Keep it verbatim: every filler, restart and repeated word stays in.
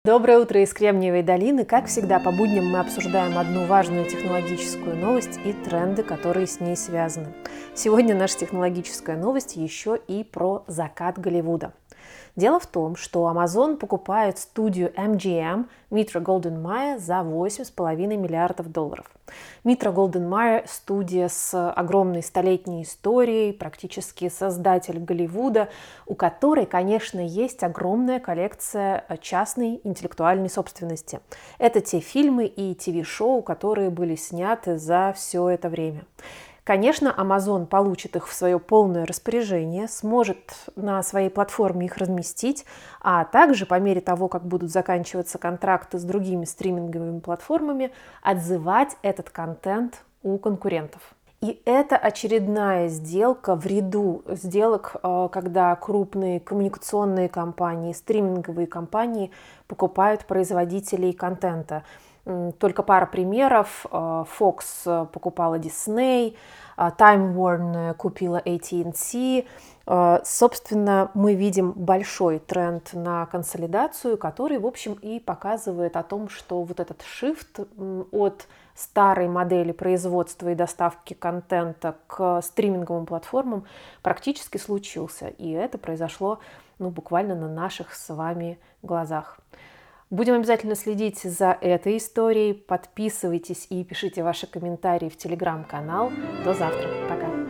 Доброе утро из Кремниевой долины. Как всегда, по будням мы обсуждаем одну важную технологическую новость и тренды, которые с ней связаны. Сегодня наша технологическая новость еще и про закат Голливуда. Дело в том, что Amazon покупает студию эм джи эм Metro-Goldwyn-Mayer за восемь с половиной миллиардов долларов. Metro-Goldwyn-Mayer – студия с огромной столетней историей, практически создатель Голливуда, у которой, конечно, есть огромная коллекция частной интеллектуальной собственности. Это те фильмы и ти ви-шоу, которые были сняты за все это время. Конечно, Amazon получит их в свое полное распоряжение, сможет на своей платформе их разместить, а также по мере того, как будут заканчиваться контракты с другими стриминговыми платформами, отзывать этот контент у конкурентов. И это очередная сделка в ряду сделок, когда крупные коммуникационные компании, стриминговые компании покупают производителей контента. Только пара примеров. Fox покупала Disney, Time Warner купила эй ти энд ти. Собственно, мы видим большой тренд на консолидацию, который, в общем, и показывает о том, что вот этот shift от старой модели производства и доставки контента к стриминговым платформам практически случился. И это произошло ну, буквально на наших с вами глазах. Будем обязательно следить за этой историей. Подписывайтесь и пишите ваши комментарии в телеграм-канал. До завтра. Пока.